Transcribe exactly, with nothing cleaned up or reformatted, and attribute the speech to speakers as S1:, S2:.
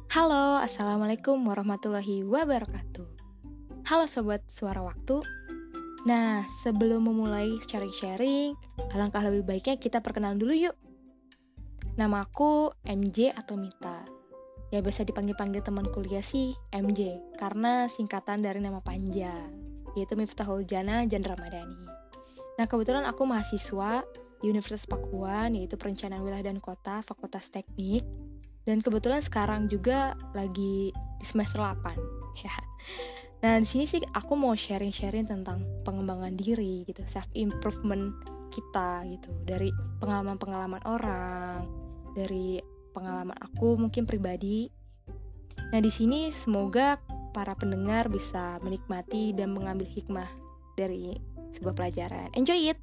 S1: Halo, Assalamualaikum warahmatullahi wabarakatuh. Halo Sobat Suara Waktu. Nah, sebelum memulai sharing-sharing, alangkah lebih baiknya kita perkenalan dulu yuk. Nama aku M J atau Mita. Ya biasa dipanggil-panggil teman kuliah sih M J, karena singkatan dari nama panjang, yaitu Miftahul Jana Jan Ramadhani. Nah, kebetulan aku mahasiswa di Universitas Pakuan, yaitu Perencanaan Wilayah dan Kota, Fakultas Teknik. Dan kebetulan sekarang juga lagi di semester delapan, ya. Nah, di sini sih aku mau sharing-sharing tentang pengembangan diri gitu, self improvement kita gitu, dari pengalaman-pengalaman orang, dari pengalaman aku mungkin pribadi. Nah, di sini semoga para pendengar bisa menikmati dan mengambil hikmah dari sebuah pelajaran. Enjoy it.